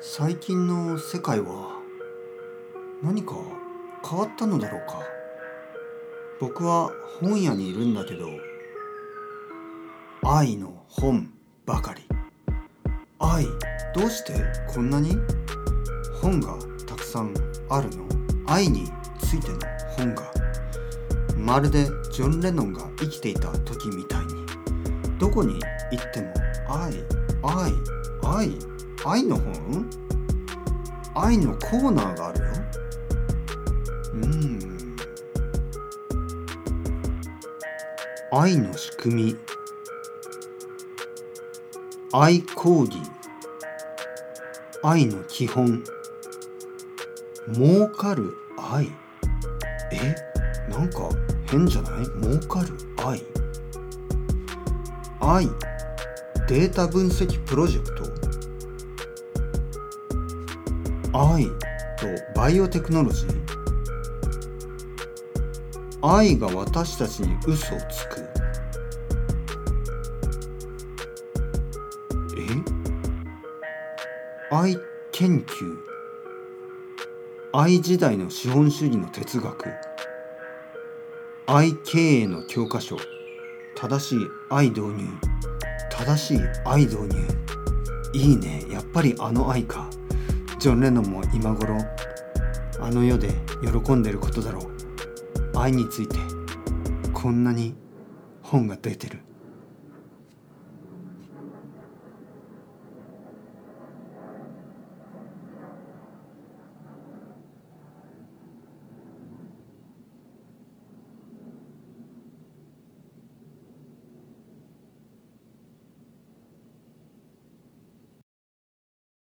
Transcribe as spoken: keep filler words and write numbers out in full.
最近の世界は何か変わったのだろうか。僕は本屋にいるんだけど、愛の本ばかり。愛、どうしてこんなに本がたくさんあるの？愛についての本が、まるでジョン・レノンが生きていた時みたいに、どこに行っても愛、愛、愛、愛の本？愛のコーナーがあるよ。うーん。愛の仕組み、愛講義、愛の基本、儲かる愛。え、なんか変じゃない？儲かる愛。愛、データ分析プロジェクト。愛とバイオテクノロジー。愛が私たちに嘘をつく。え？愛研究。愛時代の資本主義の哲学。愛経営の教科書。正しい愛導入。正しい愛導入。いいね。やっぱりあの愛か。ジョン・レノンも今頃あの世で喜んでることだろう。愛についてこんなに本が出てる。